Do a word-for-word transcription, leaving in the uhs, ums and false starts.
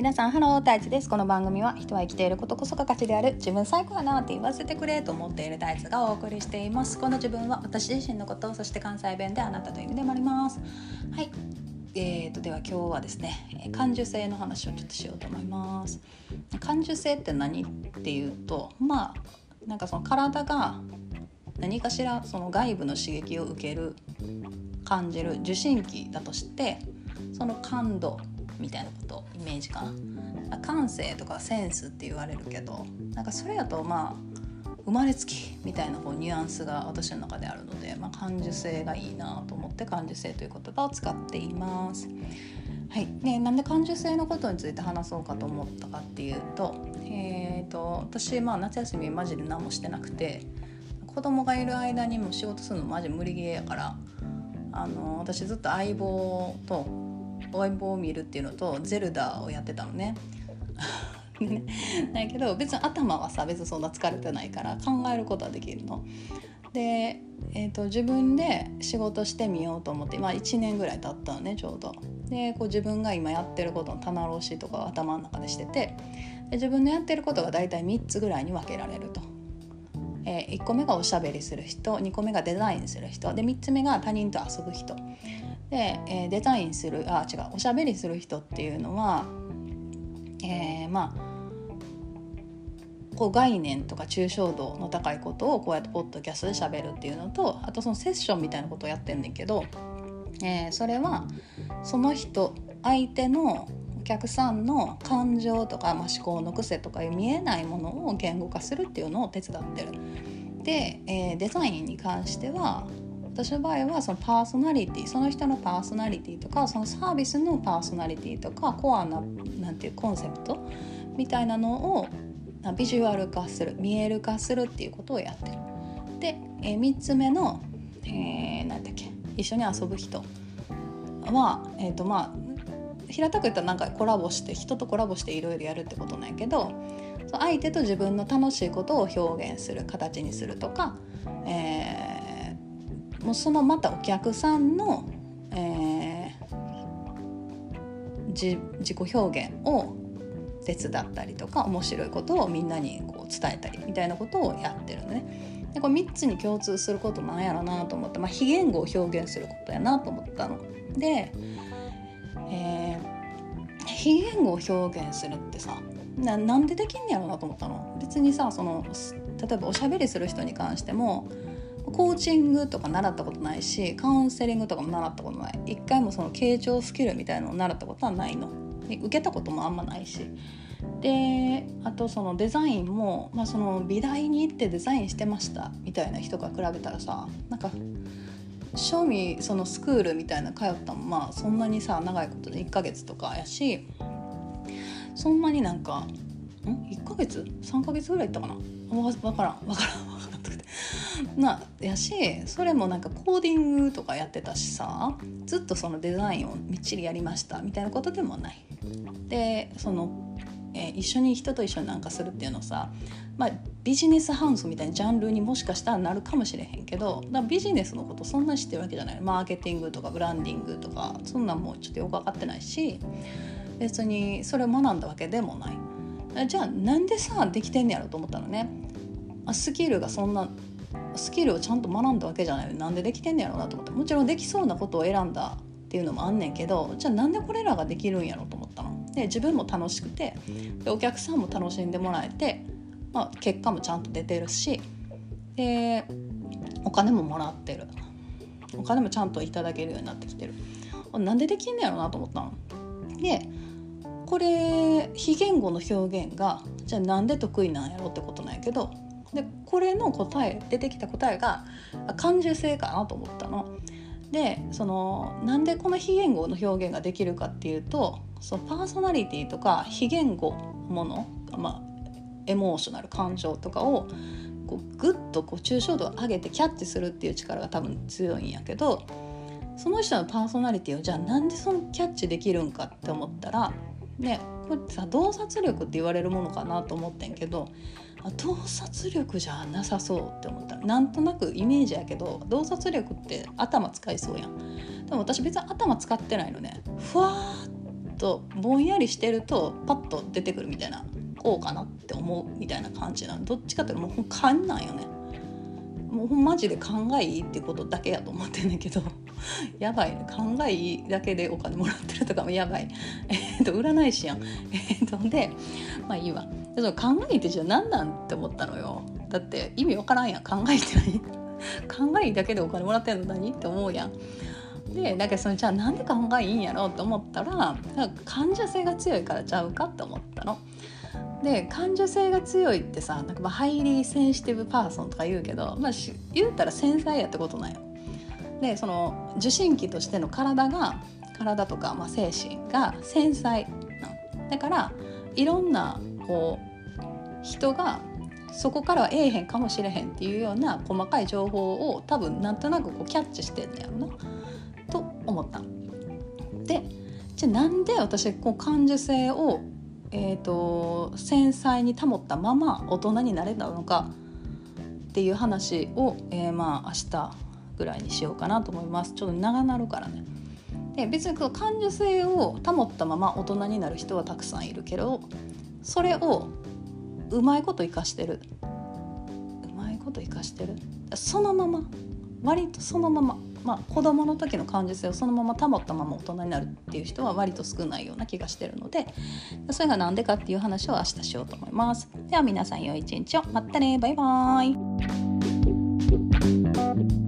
皆さんハロー、タイツです。この番組は人は生きていることこそが価値である、自分最高だなって言わせてくれと思っているタイツがお送りしています。この自分は私自身のこと、そして関西弁であなたという意味でもあります。はい、えーとでは今日はですね、感受性の話をちょっとしようと思います。感受性って何っていうと、まあなんかその体が何かしらその外部の刺激を受ける、感じる受信機だとして、その感度みたいなことイメージかな、感性とかセンスって言われるけど、なんかそれやとまあ生まれつきみたいなこうニュアンスが私の中であるので、まあ、感受性がいいなと思って感受性という言葉を使っています。はい、でなんで感受性のことについて話そうかと思ったかっていうと、えーと私、まあ、夏休みマジで何もしてなくて、子供がいる間にも仕事するのマジ無理ゲーやから、あの私ずっと相棒と相棒を見るっていうのとゼルダをやってたのねだけど別に頭はさ別にそんな疲れてないから考えることはできるので、えーと、自分で仕事してみようと思って、まあ、いちねんぐらい経ったのねちょうど。でこう自分が今やってることの棚卸しとかを頭の中でしてて、で自分のやってることがだいたいみっつぐらいに分けられると。えー、いっこめがおしゃべりする人、にこめがデザインする人で、みっつめが他人と遊ぶ人で、えー、デザインするあ違うおしゃべりする人っていうのは、えー、まあこう概念とか抽象度の高いことをこうやってポッドキャストでしゃべるっていうのと、あとそのセッションみたいなことをやってんねんけど、えー、それはその人相手のお客さんの感情とか、まあ、思考の癖とかいう見えないものを言語化するっていうのを手伝ってる。で、えー、デザインに関しては私の場合はそのパーソナリティ、その人のパーソナリティとかそのサービスのパーソナリティとかコアな、なんていうコンセプトみたいなのをビジュアル化する、見える化するっていうことをやってる。で、えー、みっつめの、えー、なんだっけ一緒に遊ぶ人は、えーとまあ平たく言ったらなんかコラボして人とコラボしていろいろやるってことなんやけど、相手と自分の楽しいことを表現する形にするとか、えー、もうそのまたお客さんの、えー、自, 自己表現を手伝ったりとか、面白いことをみんなにこう伝えたりみたいなことをやってるのね。でこれみっつに共通することなんやろなと思って、まあ、非言語を表現することやなと思ったので、えー、非言語を表現するってさ な, なんでできんねやろなと思ったの。別にさその例えばおしゃべりする人に関してもコーチングとか習ったことないし、カウンセリングとかも習ったことない、一回もその傾聴スキルみたいなのを習ったことはないの。受けたこともあんまないし、であとそのデザインも、まあ、その美大に行ってデザインしてましたみたいな人から比べたらさ、なんか正味そのスクールみたいな通ったもまあそんなにさ長いことでいっかげつとかやし、そんなになんかんいっかげつさんかげつぐらい行ったかな、わ分からん分からん分からんとてなやし、それもなんかコーディングとかやってたしさ、ずっとそのデザインをみっちりやりましたみたいなことでもない。でその、えー、一緒に人と一緒になんかするっていうのさ、まあ、ビジネスハウスみたいなジャンルにもしかしたらなるかもしれへんけど、だビジネスのことそんなに知ってるわけじゃない。マーケティングとかブランディングとかそんなんもちょっとよく分かってないし、別にそれを学んだわけでもない。じゃあなんでさできてんねやろと思ったのね。スキルがそんなスキルをちゃんと学んだわけじゃないのになんでできてんねやろなと思って、もちろんできそうなことを選んだっていうのもあんねんけど、じゃあなんでこれらができるんやろと思ったの。で自分も楽しくて、でお客さんも楽しんでもらえて、まあ、結果もちゃんと出てるし、でお金ももらってる、お金もちゃんといただけるようになってきてる。なんでできんねやろなと思ったの。でこれ非言語の表現がじゃあなんで得意なんやろってことなんやけど、でこれの答え出てきた答えが感受性かなと思ったの。でそのなんでこの非言語の表現ができるかっていうと、そのパーソナリティとか非言語もの、まあ、エモーショナル感情とかをこうグッとこう抽象度を上げてキャッチするっていう力が多分強いんやけど、その人のパーソナリティをじゃあなんでそのキャッチできるんかって思ったらね、これさ洞察力って言われるものかなと思ってんけど、洞察力じゃなさそうって思った。なんとなくイメージやけど洞察力って頭使いそうやん。でも私別に頭使ってないのね。ふわーっとぼんやりしてるとパッと出てくるみたいな、こうかなって思うみたいな感じなの。どっちかっていうともう勘なんよね。もうマジで勘がいいってことだけやと思ってんだけどやばいね、勘がいいだけでお金もらってるとかもやばいえっと占い師やんえっとでまあいいわ。でその勘がいいってじゃあ何なんって思ったのよ。だって意味わからんやん。勘がいいって何勘がいいだけでお金もらってんの何って思うやん。でだからそのじゃあなんで勘がいいんやろうと思ったら、なんか感受性が強いからちゃうかって思ったの。で感受性が強いってさ、なんかまあハイリーセンシティブパーソンとか言うけど、まあ、言うたら繊細やってことなんよ。でその受信機としての体が体とか、まあ、精神が繊細なんだから、いろんなこう人がそこからはええへんかもしれへんっていうような細かい情報を多分なんとなくこうキャッチしてんだよなと思った。でじゃあなんで私こう感受性をえーと、繊細に保ったまま大人になれたのかっていう話を、えー、まあ明日ぐらいにしようかなと思います。ちょっと長なるからね。で別にこの感受性を保ったまま大人になる人はたくさんいるけど、それをうまいこと生かしてるうまいこと生かしてるそのまま割とそのまままあ、子供の時の感受性をそのまま保ったまま大人になるっていう人は割と少ないような気がしてるので、それがなんでかっていう話を明日しようと思います。では皆さん良い一日を。またね、バイバーイ。